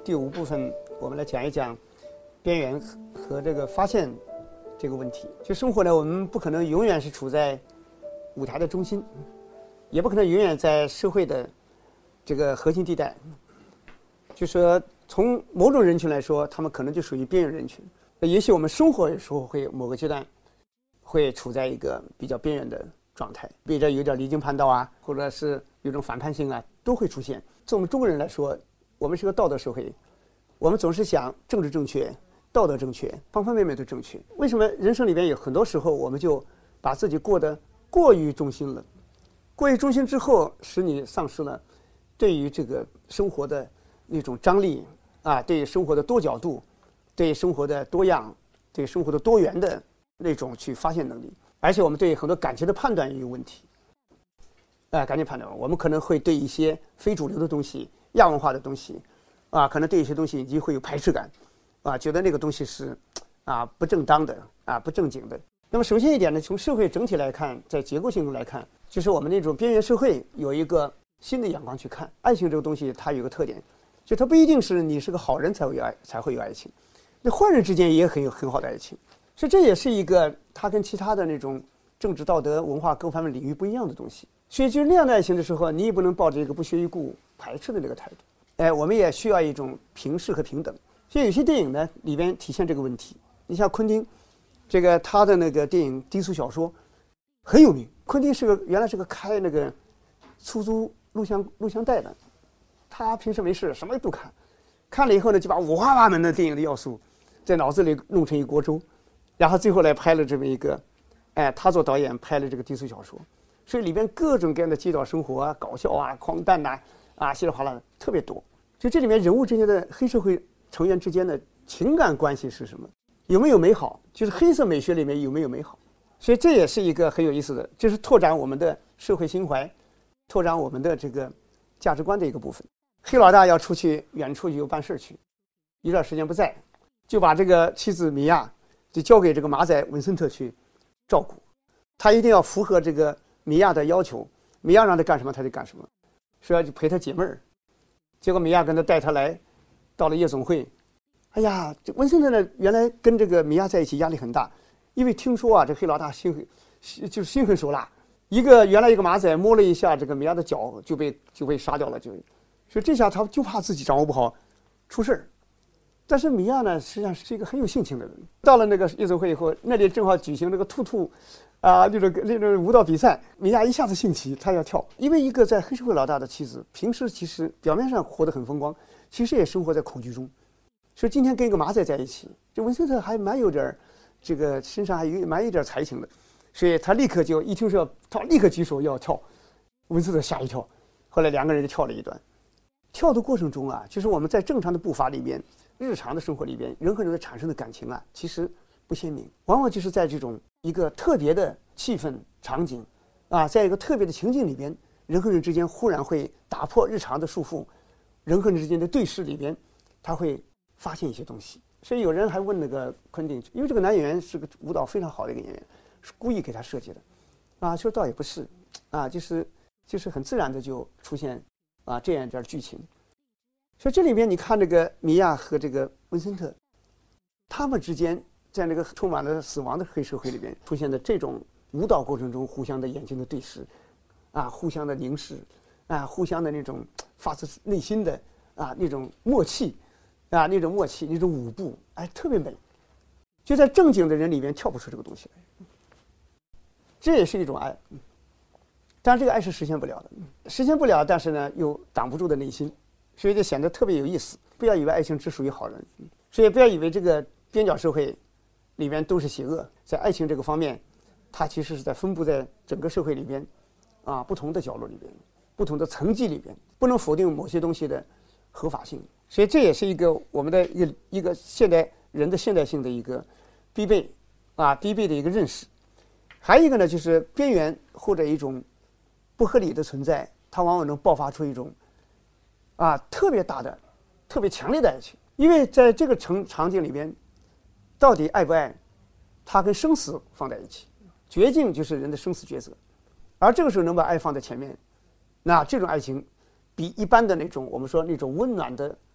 第5部分，我们来讲一讲边缘和这个发现这个问题。就生活呢，我们不可能永远是处在舞台的中心，也不可能永远在社会的这个核心地带。就说从某种人群来说，他们可能就属于边缘人群。也许我们生活有时候会某个阶段会处在一个比较边缘的状态，比如有点离经叛道啊，或者是有种反叛性啊，都会出现。从我们中国人来说，我们是个道德社会，我们总是想政治正确、道德正确，方方面面都正确。为什么人生里边有很多时候我们就把自己过得过于中心了？过于中心之后，使你丧失了对于这个生活的那种张力啊，对于生活的多角度，对于生活的多样，对于生活的多元的那种去发现能力。而且我们对很多感情的判断也有问题。感情判断，我们可能会对一些非主流的东西、亚文化的东西，可能对一些东西已经会有排斥感，觉得那个东西是不正当的不正经的。那么首先一点呢，从社会整体来看，在结构性中来看，就是我们那种边缘社会有一个新的眼光去看爱情这个东西。它有一个特点，就它不一定是你是个好人才会有爱情，那坏人之间也很好的爱情。所以这也是一个它跟其他的那种政治、道德、文化各方面领域不一样的东西。所以就是那样的爱情的时候，你也不能抱着一个不屑一顾、排斥的这个态度。我们也需要一种平视和平等。所以有些电影呢里边体现这个问题。你像昆汀，这个他的那个电影低俗小说很有名。昆汀原来是个开那个出租录像带的，他平时没事什么都看，看了以后呢，就把五花八门的电影的要素在脑子里弄成一锅粥，然后最后来拍了这么一个，他做导演拍了这个低俗小说。所以里边各种各样的街道生活搞笑荒诞稀里哗啦的特别多。就这里面人物之间的黑社会成员之间的情感关系是什么？有没有美好？就是黑色美学里面有没有美好？所以这也是一个很有意思的，就是拓展我们的社会心怀，拓展我们的这个价值观的一个部分。黑老大要远处有办事去，一段时间不在，就把这个妻子米娅就交给这个马仔文森特去照顾，他一定要符合这个米娅的要求，米娅让他干什么他就干什么，说要去陪他解闷儿。结果米娅跟他带他来到了夜总会。哎呀，这文森特呢原来跟这个米娅在一起压力很大，因为听说这黑老大心狠手辣，原来一个马仔摸了一下这个米娅的脚就被杀掉了，所以这下他就怕自己掌握不好出事儿。但是米娅呢实际上是一个很有性情的人。到了那个夜总会以后，那里正好举行这个兔那种舞蹈比赛，米娅一下子兴起，她要跳。因为一个在黑社会老大的妻子，平时其实表面上活得很风光，其实也生活在恐惧中。所以今天跟一个马仔在一起，这文森特还蛮有点这个身上蛮有点才情的，所以他立刻就一听说他立刻举手要跳，文森特吓一跳。后来2个人就跳了一段。跳的过程中就是我们在正常的步伐里边，日常的生活里边，人和人的产生的感情其实不鲜明，往往就是在这种一个特别的气氛场景在一个特别的情境里边，人和人之间忽然会打破日常的束缚，人和人之间的对视里边，他会发现一些东西。所以有人还问那个昆汀，因为这个男演员是个舞蹈非常好的一个演员，是故意给他设计的其实倒也不是就是很自然的就出现这样一点剧情。所以这里面你看这个米娅和这个文森特，他们之间在那个充满了死亡的黑社会里边出现的这种舞蹈过程中互相的眼睛的对视互相的凝视互相的那种发自内心的那种默契那种舞步特别美。就在正经的人里面跳不出这个东西来。这也是一种爱。当然这个爱是实现不了，但是呢又挡不住的内心，所以就显得特别有意思。不要以为爱情只属于好人，所以不要以为这个边角社会里边都是邪恶。在爱情这个方面，它其实是在分布在整个社会里边不同的角落里边，不同的层级里边，不能否定某些东西的合法性。所以这也是一个我们的一个现代人的现代性的一个必备的一个认识。还有一个呢，就是边缘或者一种不合理的存在，它往往能爆发出一种特别大的、特别强烈的爱情。因为在这个场景里边，到底爱不爱，它跟生死放在一起，绝境就是人的生死抉择。而这个时候能把爱放在前面，那这种爱情比一般的那种我们说那种温暖的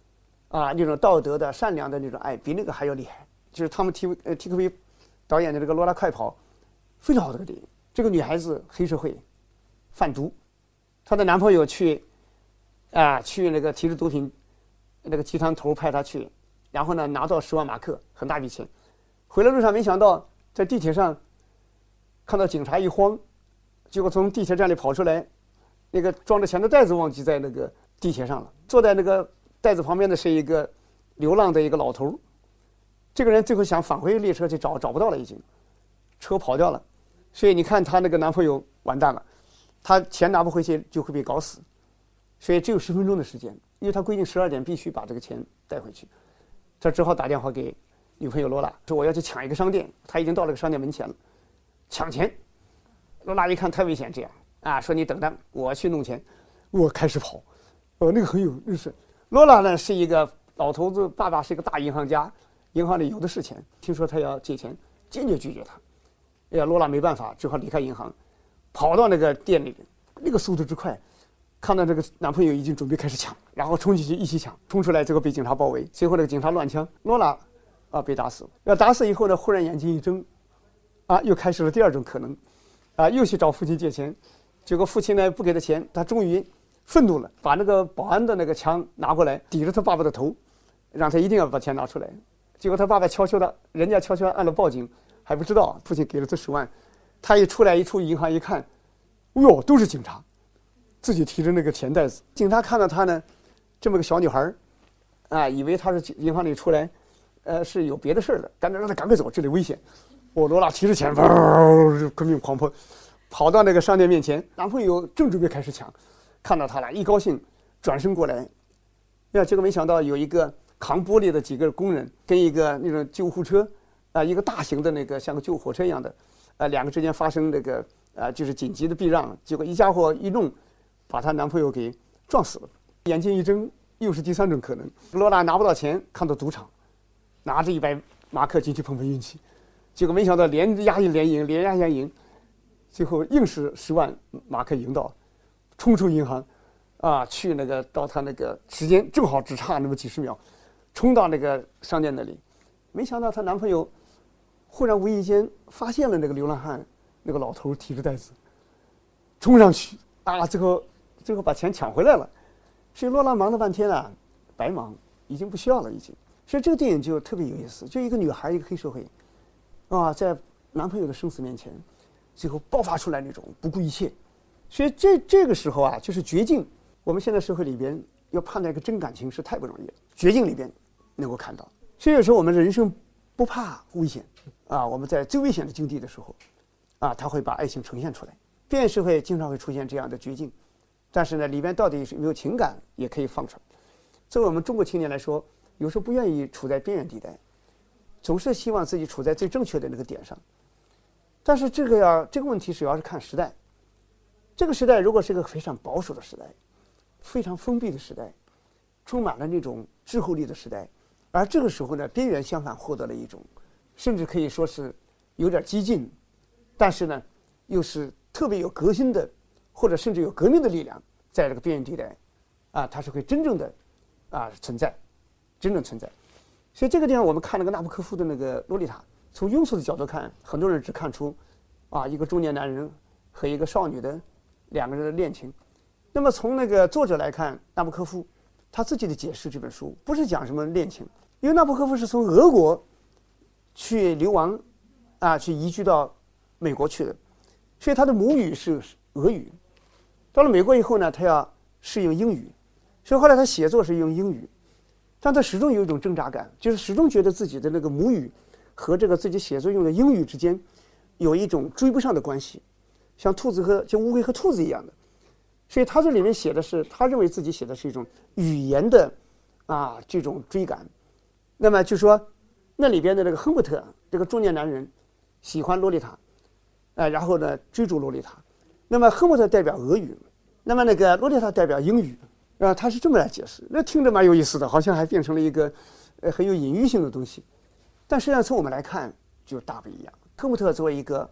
那种道德的、善良的那种爱，比那个还要厉害。就是他们 TKV 导演的这个《罗拉快跑》，非常好的个电影。这个女孩子黑社会贩毒，她的男朋友去那个提着毒品，那个集团头派她去，然后呢拿到10万马克，很大笔钱。回来路上没想到在地铁上看到警察一慌，结果从地铁站里跑出来，那个装着钱的袋子忘记在那个地铁上了，坐在那个袋子旁边的是一个流浪的一个老头。这个人最后想返回列车去找不到了，已经车跑掉了。所以你看她那个男朋友完蛋了，他钱拿不回去就会被搞死。所以只有10分钟的时间，因为他规定12点必须把这个钱带回去。他只好打电话给女朋友罗拉，说我要去抢一个商店，他已经到了个商店门前了，抢钱。罗拉一看太危险，这样说你等等，我去弄钱。我开始跑，那个很有意思。罗拉呢是一个老头子，爸爸是一个大银行家，银行里有的是钱，听说他要借钱，坚决拒绝他。罗拉没办法，只好离开银行，跑到那个店里，那个速度之快，看到这个男朋友已经准备开始抢，然后冲进去一起抢，冲出来最后被警察包围，最后那个警察乱枪，罗拉被打死了。要打死以后呢，忽然眼睛一睁，又开始了第二种可能，又去找父亲借钱，结果父亲呢不给他钱，他终于愤怒了，把那个保安的那个枪拿过来抵着他爸爸的头，让他一定要把钱拿出来。结果他爸爸人家悄悄按了报警，还不知道父亲给了他10万。他一出银行一看，都是警察，自己提着那个钱袋子。警察看到他呢，这么个小女孩以为他是银行里出来是有别的事儿的，让他赶快走，这里危险。罗拉提着钱拼命狂跑到那个商店面前，男朋友正准备开始抢，看到他了，一高兴转身过来，结果没想到有一个扛玻璃的几个工人跟一个那种救护车一个大型的那个像个救火车一样的两个之间发生那个就是紧急的避让，结果一家伙一弄，把她男朋友给撞死了。眼睛一睁，又是第3种可能。罗拉拿不到钱，看到赌场，拿着100马克进去碰碰运气，结果没想到连押连赢，最后硬是10万马克赢到，冲出银行去那个到他那个时间正好只差那么几十秒，冲到那个商店那里，没想到她男朋友忽然无意间发现了那个流浪汉，那个老头提着袋子冲上去最后把钱抢回来了。所以罗拉忙了半天白忙，已经不需要了已经。所以这个电影就特别有意思，就一个女孩，一个黑社会在男朋友的生死面前，最后爆发出来那种不顾一切。所以这个时候就是绝境。我们现在社会里边要判断一个真感情是太不容易了，绝境里边能够看到。所以有时候我们的人生不怕危险我们在最危险的境地的时候他会把爱情呈现出来。边缘社会经常会出现这样的绝境，但是呢里边到底有没有情感也可以放出来。作为我们中国青年来说，有时候不愿意处在边缘地带，总是希望自己处在最正确的那个点上。但是这个问题主要是看时代。这个时代如果是一个非常保守的时代，非常封闭的时代，充满了那种滞后力的时代，而这个时候呢，边缘相反获得了一种，甚至可以说是有点激进，但是呢，又是特别有革新的，或者甚至有革命的力量，在这个边缘地带，它是会真正的存在，真正存在。所以这个地方我们看那个纳博科夫的那个《洛丽塔》，从庸俗的角度看，很多人只看出一个中年男人和一个少女的2个人的恋情。那么从那个作者来看，纳博科夫他自己的解释这本书不是讲什么恋情，因为纳博科夫是从俄国去流亡去移居到美国去的，所以他的母语是俄语。到了美国以后呢，他要适应英语，所以后来他写作是用英语，但他始终有一种挣扎感，就是始终觉得自己的那个母语和这个自己写作用的英语之间有一种追不上的关系，像乌龟和兔子一样的。所以他这里面写的是，他认为自己写的是一种语言的这种追赶。那么就说那里边的这个亨伯特这个中年男人喜欢洛丽塔，然后呢追逐洛丽塔。那么亨伯特代表俄语，那么那个洛丽塔代表英语，他是这么来解释，那听着蛮有意思的，好像还变成了一个很有隐喻性的东西。但实际上从我们来看就大不一样。亨伯特作为一个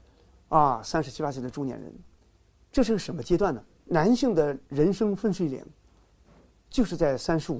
37、8岁的中年人，这是个什么阶段呢？男性的人生分水岭就是在35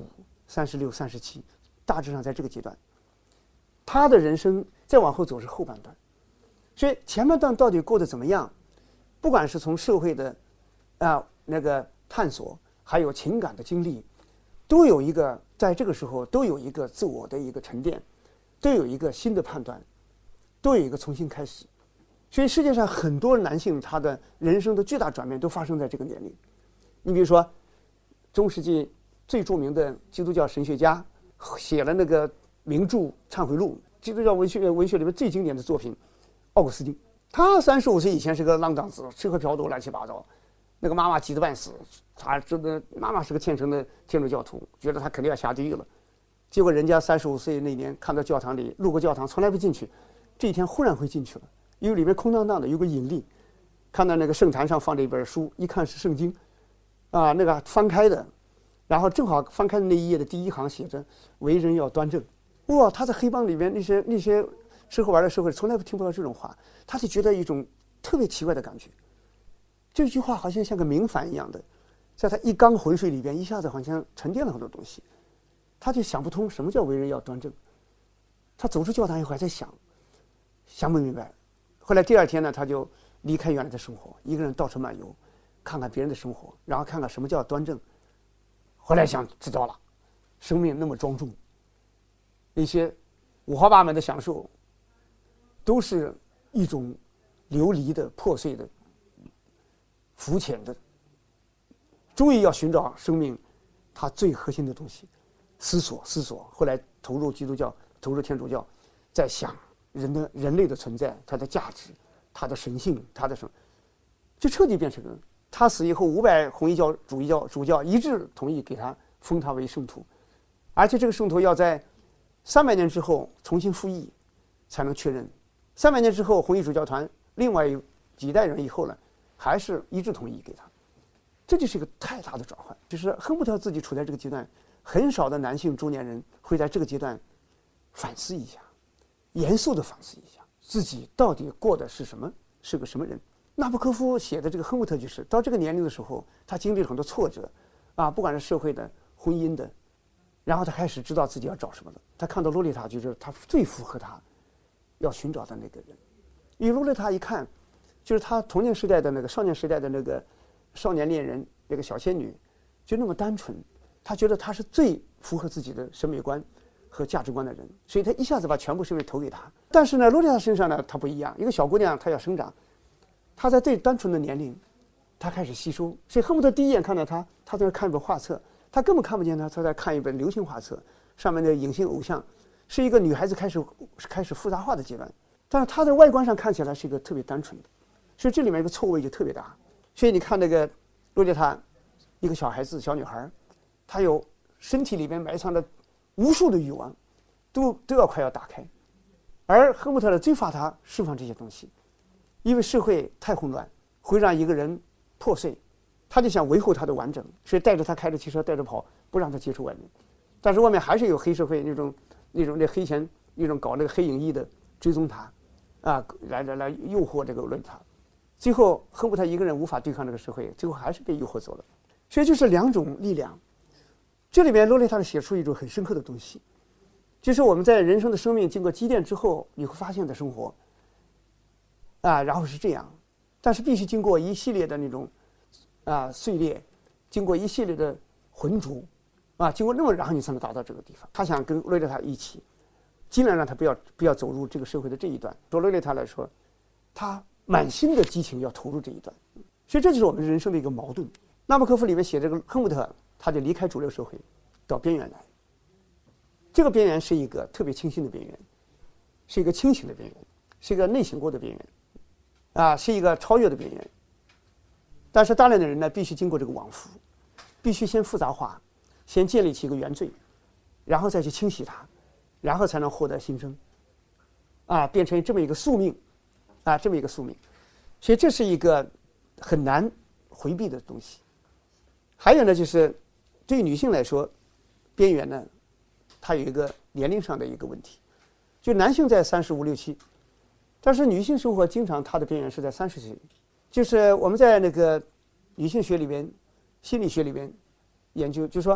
36、37，大致上在这个阶段。他的人生再往后走是后半段，所以前半段到底过得怎么样，不管是从社会的那个探索，还有情感的经历，都有一个在这个时候都有一个自我的一个沉淀，都有一个新的判断，都有一个重新开始。所以世界上很多男性他的人生的巨大转变都发生在这个年龄。你比如说中世纪最著名的基督教神学家写了那个名著《忏悔录》，基督教文学里面最经典的作品，奥古斯丁。他35岁以前是个浪荡子，吃喝嫖赌乱七八糟，那个妈妈急得半死，他真的妈妈是个虔诚的天主教徒，觉得他肯定要下地狱了。结果人家35岁那年看到教堂里，路过教堂从来不进去，这一天忽然会进去了，因为里面空荡荡的，有个引力。看到那个圣坛上放着一本书，一看是圣经，那个翻开的，然后正好翻开的那一页的第一行写着“为人要端正”。哇，他在黑帮里面那些吃喝玩乐社会从来不听不到这种话，他就觉得一种特别奇怪的感觉。这句话好像像个明矾一样的，在他一缸浑水里边一下子好像沉淀了很多东西，他就想不通什么叫为人要端正。他走出教堂以后还在想不明白。后来第二天呢，他就离开原来的生活，一个人到处漫游，看看别人的生活，然后看看什么叫端正。后来想知道了，生命那么庄重，那些五花八门的享受，都是一种流离的、破碎的、肤浅的。终于要寻找生命它最核心的东西，思索。后来投入基督教，投入天主教，在想人类的存在，它的价值，它的神性，它的什么，就彻底变成了。他死以后，500红衣教主教一致同意给他封他为圣徒，而且这个圣徒要在300年之后重新复议才能确认。300年之后，红衣主教团另外几代人以后呢，还是一致同意给他。这就是一个太大的转换，就是恨不得自己处在这个阶段，很少的男性中年人会在这个阶段反思一下，严肃的反思一下自己到底过的是什么，是个什么人。纳博科夫写的这个亨姆特就是到这个年龄的时候，他经历了很多挫折，不管是社会的、婚姻的，然后他开始知道自己要找什么了。他看到洛丽塔，就是他最符合他要寻找的那个人。因为洛丽塔一看，就是他童年时代的那个少年时代的那个少年恋人，那个小仙女，就那么单纯，他觉得他是最符合自己的审美观和价值观的人，所以他一下子把全部生命投给他。但是呢，洛丽塔身上呢，她不一样，一个小姑娘，她要生长。他在最单纯的年龄，他开始吸收，所以恨不得第一眼看到他在那看一本画册，他根本看不见他在看一本流行画册，上面的影星偶像，是一个女孩子开始复杂化的阶段。但是他在外观上看起来是一个特别单纯的，所以这里面一个错位就特别大。所以你看那个洛丽塔，一个小孩子、小女孩，她有身体里面埋藏着无数的欲望，都要快要打开，而赫姆特的最发他释放这些东西。因为社会太混乱，会让一个人破碎，他就想维护他的完整，所以带着他开着汽车带着跑，不让他接触外面。但是外面还是有黑社会那种那黑钱那种搞那个黑影翼的追踪他，来诱惑这个洛丽塔。最后赫姆特一个人无法对抗这个社会，最后还是被诱惑走了。所以就是两种力量。这里面洛丽塔写出一种很深刻的东西，就是我们在人生的生命经过积淀之后，你会发现的生活。然后是这样，但是必须经过一系列的那种碎裂，经过一系列的浑浊，经过那么，然后你才能达到这个地方。他想跟洛丽塔一起，尽量让他不要走入这个社会的这一段。对洛丽塔来说，他满心的激情要投入这一段，所以这就是我们人生的一个矛盾。纳博科夫里面写这个亨姆特，他就离开主流社会，到边缘来。这个边缘是一个特别清新的边缘，是一个清醒的边缘，是一个内省过的边缘。是一个超越的边缘，但是大量的人呢，必须经过这个往复，必须先复杂化，先建立起一个原罪，然后再去清洗它，然后才能获得新生，变成这么一个宿命，这么一个宿命，所以这是一个很难回避的东西。还有呢，就是对于女性来说，边缘呢，它有一个年龄上的一个问题，就男性在35、37。但是女性生活经常她的边缘是在30岁，就是我们在那个女性学里边、心理学里边研究，就是说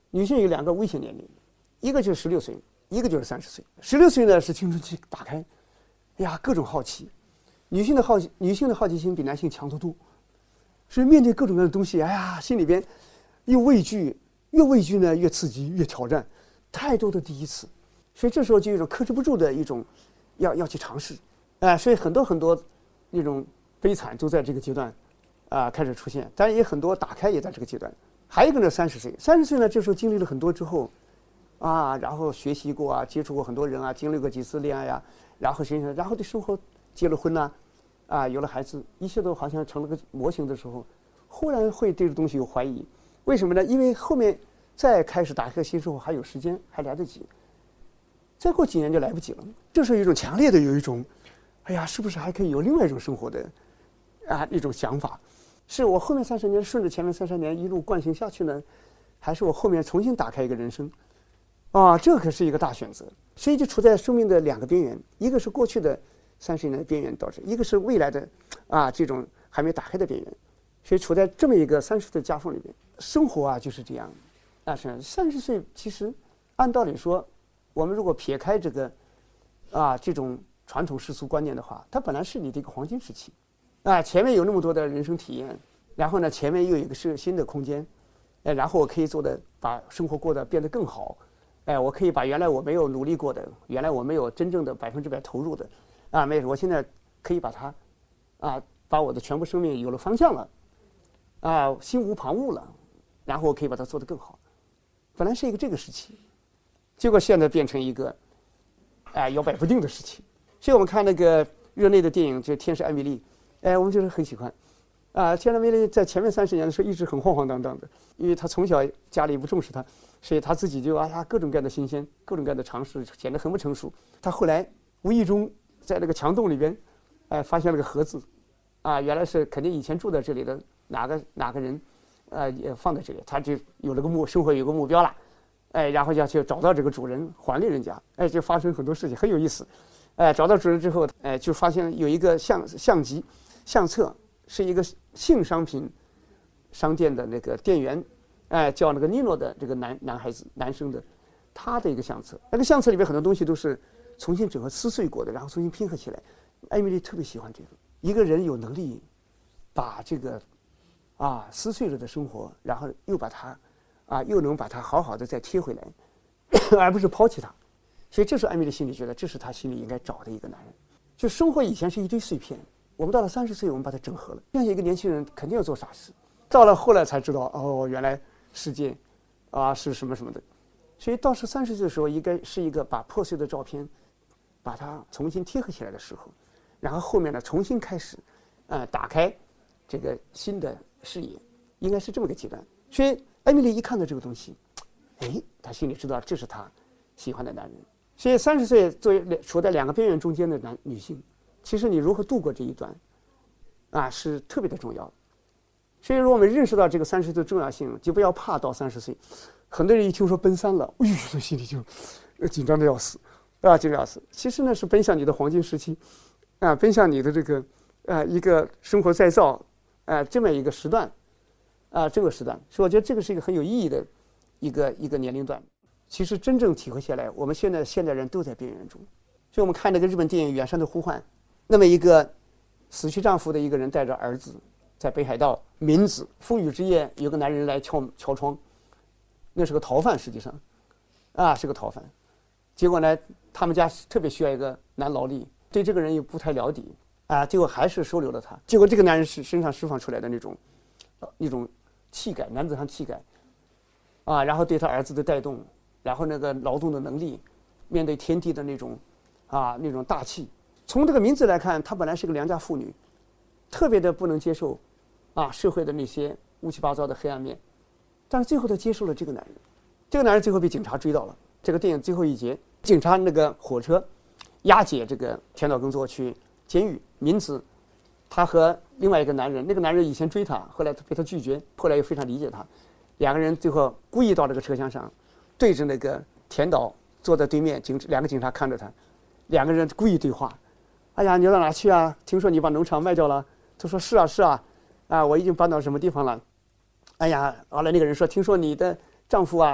女性有2个危险年龄，一个就是16岁，一个就是30岁。16岁呢是青春期打开，哎呀，各种好奇。女性的好奇心比男性强得多，所以面对各种各样的东西，哎呀，心里边又畏惧，越畏惧呢越刺激，越挑战，太多的第一次，所以这时候就有一种克制不住的一种要去尝试，所以很多那种悲惨都在这个阶段开始出现，当然也很多打开也在这个阶段。还有一个呢，30岁，30岁呢这时候经历了很多之后，然后学习过接触过很多人经历过几次恋爱然后然后对生活结了婚有了孩子，一切都好像成了个模型的时候，忽然会对这东西有怀疑。为什么呢？因为后面再开始打开新生活还有时间，还来得及，再过几年就来不及了。这时候有一种强烈的有一种，哎呀，是不是还可以有另外一种生活的一种想法？是我后面30年顺着前面33年一路惯性下去呢，还是我后面重新打开一个人生？这可是一个大选择。所以就处在生命的2个边缘，一个是过去的30年的边缘导致，一个是未来的这种还没打开的边缘，所以处在这么一个30的夹缝里边。生活就是这样是30岁，其实按道理说，我们如果撇开这个这种传统世俗观念的话，它本来是你的一个黄金时期前面有那么多的人生体验，然后呢前面又有一个是新的空间，然后我可以把生活过得变得更好，我可以把原来我没有努力过的，原来我没有真正的100%投入的我现在可以把它把我的全部生命有了方向了心无旁骛了，然后我可以把它做得更好。本来是一个这个时期，结果现在变成一个摇摆不定的时期。所以我们看那个热内的电影就《天使艾米丽》，我们就是很喜欢天使艾米丽在前面30年的时候一直很晃晃荡荡的，因为她从小家里不重视她，所以她自己就各种各样的新鲜，各种各样的尝试，显得很不成熟。她后来无意中在那个墙洞里边发现了个盒子原来是肯定以前住在这里的哪个人也放在这里，他就有了个生活有个目标了然后要去找到这个主人还给人家就发生很多事情，很有意思找到主人之后就发现有一个相册，是一个性商品商店的那个店员叫那个尼诺的这个男生的他的一个相册，那个相册里边很多东西都是重新整合撕碎过的，然后重新拼合起来。艾米丽特别喜欢这个，一个人有能力把这个撕碎了的生活，然后又把它又能把它好好的再贴回来而不是抛弃它。所以这是艾米丽心里觉得这是她心里应该找的一个男人。就生活以前是一堆碎片，我们到了30岁我们把它整合了，像一个年轻人肯定要做傻事，到了后来才知道原来世界是什么什么的。所以到是30岁的时候应该是一个把破碎的照片把它重新贴合起来的时候，然后后面呢重新开始打开这个新的视野，应该是这么个阶段。所以艾米丽一看到这个东西她心里知道这是她喜欢的男人。所以30岁作为处在2个边缘中间的女性，其实你如何度过这一段是特别的重要的。所以如果我们认识到这个30岁的重要性，就不要怕到30岁。很多人一听说奔3了，心里就紧张的要死紧张要死。其实呢是奔向你的黄金时期奔向你的这个一个生活再造这么一个时段这个时段。所以我觉得这个是一个很有意义的一个年龄段。其实真正体会下来，我们现代人都在边缘中。所以我们看那个日本电影《远山的呼唤》，那么一个死去丈夫的一个人带着儿子在北海道明子风雨之夜，有个男人来敲窗，那是个逃犯，实际上是个逃犯。结果呢他们家特别需要一个男劳力，对这个人又不太了解结果还是收留了他。结果这个男人身上释放出来的那种气概，男子汉气概然后对他儿子的带动，然后那个劳动的能力，面对天地的那种大气。从这个名字来看，她本来是个良家妇女，特别的不能接受社会的那些乌七八糟的黑暗面，但是最后她接受了这个男人。这个男人最后被警察追到了。这个电影最后一节，警察那个火车押解这个田岛耕作去监狱，明子他和另外一个男人，那个男人以前追她，后来被他拒绝，后来又非常理解他，两个人最后故意到这个车厢上，对着那个田岛坐在对面，两个警察看着他，两个人故意对话。哎呀，你到哪去啊？听说你把农场卖掉了。他说是啊，我已经搬到什么地方了。哎呀，后来那个人说，听说你的丈夫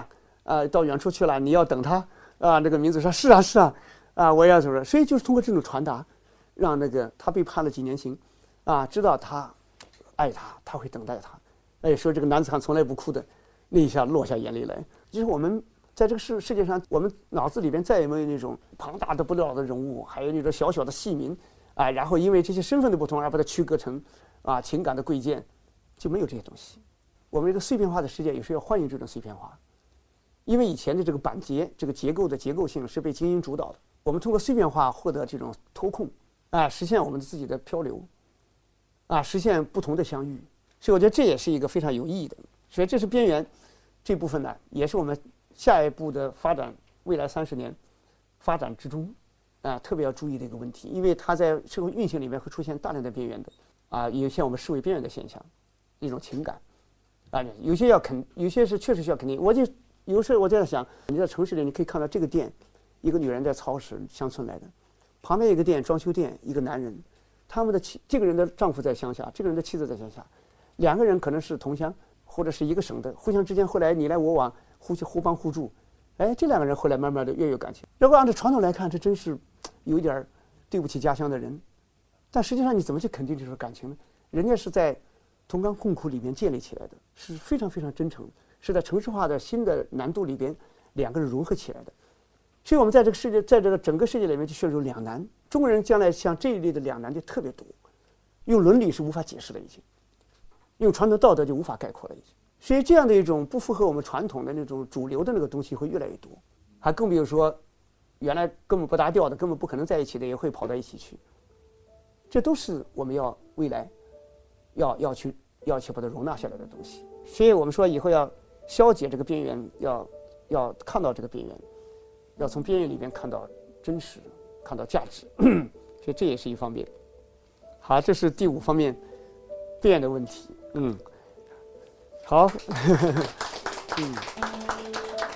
到远处去了，你要等他啊。那个民族说是啊是啊，我要怎么说？所以就是通过这种传达，让那个他被判了几年刑，知道他爱他，他会等待他。说这个男子汉从来不哭的，那一下落下眼泪来。就是我们在这个世界上，我们脑子里边再也没有那种庞大的不了的人物，还有那种小小的戏民，然后因为这些身份的不同而把它区隔成情感的贵贱，就没有这些东西。我们这个碎片化的世界也是要欢迎这种碎片化，因为以前的这个板结这个结构的结构性是被精英主导的，我们通过碎片化获得这种脱控，实现我们自己的漂流，实现不同的相遇。所以我觉得这也是一个非常有意义的。所以这是边缘这部分呢，也是我们下一步的发展，未来30年发展之中特别要注意的一个问题，因为它在社会运行里面会出现大量的边缘的有些我们视为边缘的现象，一种情感有些要有些是确实需要肯定。有时候我就在想，你在城市里你可以看到这个店，一个女人在超市，乡村来的，旁边一个店装修店，一个男人，他们的这个人的丈夫在乡下，这个人的妻子在乡下，两个人可能是同乡或者是一个省的，互相之间后来你来我往，互帮互助，这两个人后来慢慢的越有感情。如果按照传统来看，这真是有点对不起家乡的人，但实际上你怎么去肯定这种感情呢？人家是在同甘共苦里面建立起来的，是非常非常真诚，是在城市化的新的难度里边两个人融合起来的。所以我们在这个世界，在这个整个世界里面就陷入两难。中国人将来像这一类的两难就特别多，用伦理是无法解释的，已经用传统道德就无法概括了，已经。所以这样的一种不符合我们传统的那种主流的那个东西会越来越多，还更比如说原来根本不搭调的，根本不可能在一起的也会跑到一起去。这都是我们要未来要去把它容纳下来的东西。所以我们说以后要消解这个边缘，要看到这个边缘，要从边缘里面看到真实，看到价值。所以这也是一方面。好，这是第5方面边缘的问题。好。